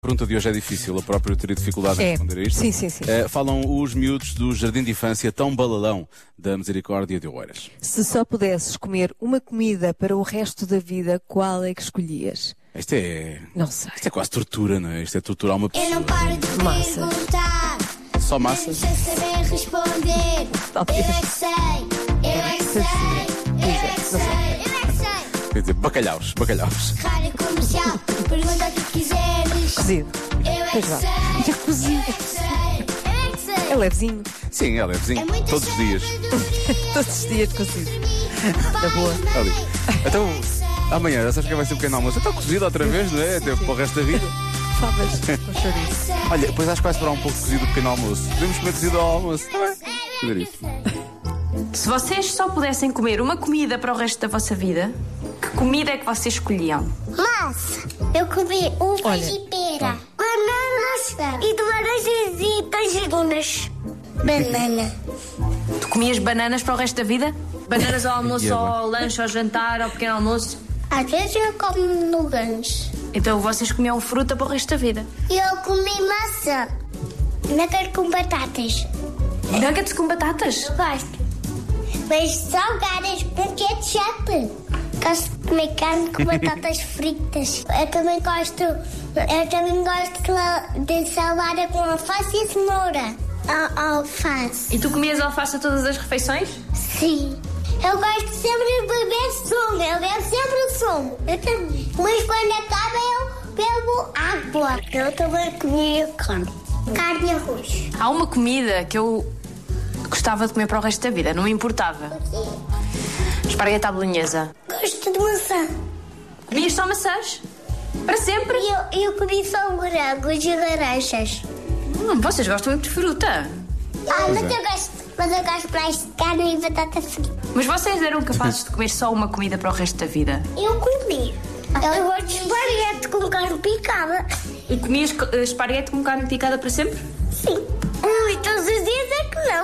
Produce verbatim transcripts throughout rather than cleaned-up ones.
A pergunta de hoje é difícil, eu próprio teria dificuldade em É. responder a isto. Sim, sim, sim. Eh, falam os miúdos do Jardim de Infância Tão Balalão da Misericórdia de Oeiras. Se só pudesses comer uma comida para o resto da vida, qual é que escolhias? Isto é. Não sei. Isto é quase tortura, não é? Isto é torturar uma Eu pessoa. não paro de Massas. perguntar. Só massas? Sem saber responder. Talvez. Eu é que sei. Eu é que sei. Eu é que sei. Eu é que sei. Quer dizer, bacalhaus, bacalhaus. Rádio comercial. Pergunta o que quiseres. Cozido. Eu é que Pois vá. sei. Já cozido. Eu é que sei. Eu é que sei. É levezinho. Sim, é levezinho. É muita Todos os dias. sabedoria. Todos os dias cozido. Da boa. Ali. Então, amanhã, já sabes que vai ser um pequeno almoço. Está cozido outra vez, não é? Até para o resto da vida. Favas com chouriço. Olha, depois acho que vai sobrar um pouco de cozido o pequeno almoço. Podemos comer cozido ao almoço. Está bem. Fazer isso. Se vocês só pudessem comer uma comida para o resto da vossa vida, que comida é que vocês escolhiam? Massa. Eu comi uvas Olha. e pera. Bananas e de laranjas e tangerines. Banana. Tu comias bananas para o resto da vida? Bananas ao almoço, E agora? ao lanche, ao jantar, ao pequeno almoço? Às vezes eu como no gancho. Então vocês comiam fruta para o resto da vida. Eu comi maçã. Nuggets com batatas. Nuggets com batatas? Eu gosto. Mas salgadas com ketchup. Gosto de comer carne com batatas fritas. Eu também gosto. Eu também gosto de salada com alface e cenoura. Al alface. E tu comias alface a todas as refeições? Sim. Eu gosto sempre de beber sumo. Eu bebo sempre o sumo. Eu também. Mas quando acaba eu bebo água. Eu também comia carne. Carne e arroz. Há uma comida que eu gostava de comer para o resto da vida, não me importava. Esparguete à bolonhesa. Gosto de maçã. Comias só maçãs? Para sempre? Eu, eu comi só morangos e laranjas. Hum, vocês gostam muito de fruta. Ah, mas eu gosto. Mas eu gosto mais de carne e batata frita. Mas vocês eram capazes de comer só uma comida para o resto da vida? Eu comi. Eu gosto de esparguete com carne picada. E comias eh, esparguete com carne picada para sempre? Sim. Ui, todos os dias é que não.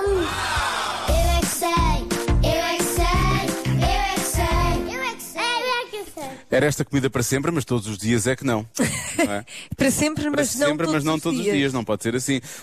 Eu é que sei. Eu é que sei. Eu é que sei. Eu é que sei. Eu é que sei. Era esta comida para sempre, mas todos os dias é que não. Não é? Para sempre, Para mas não sempre, todos mas não os todos os dias. dias. Não pode ser assim.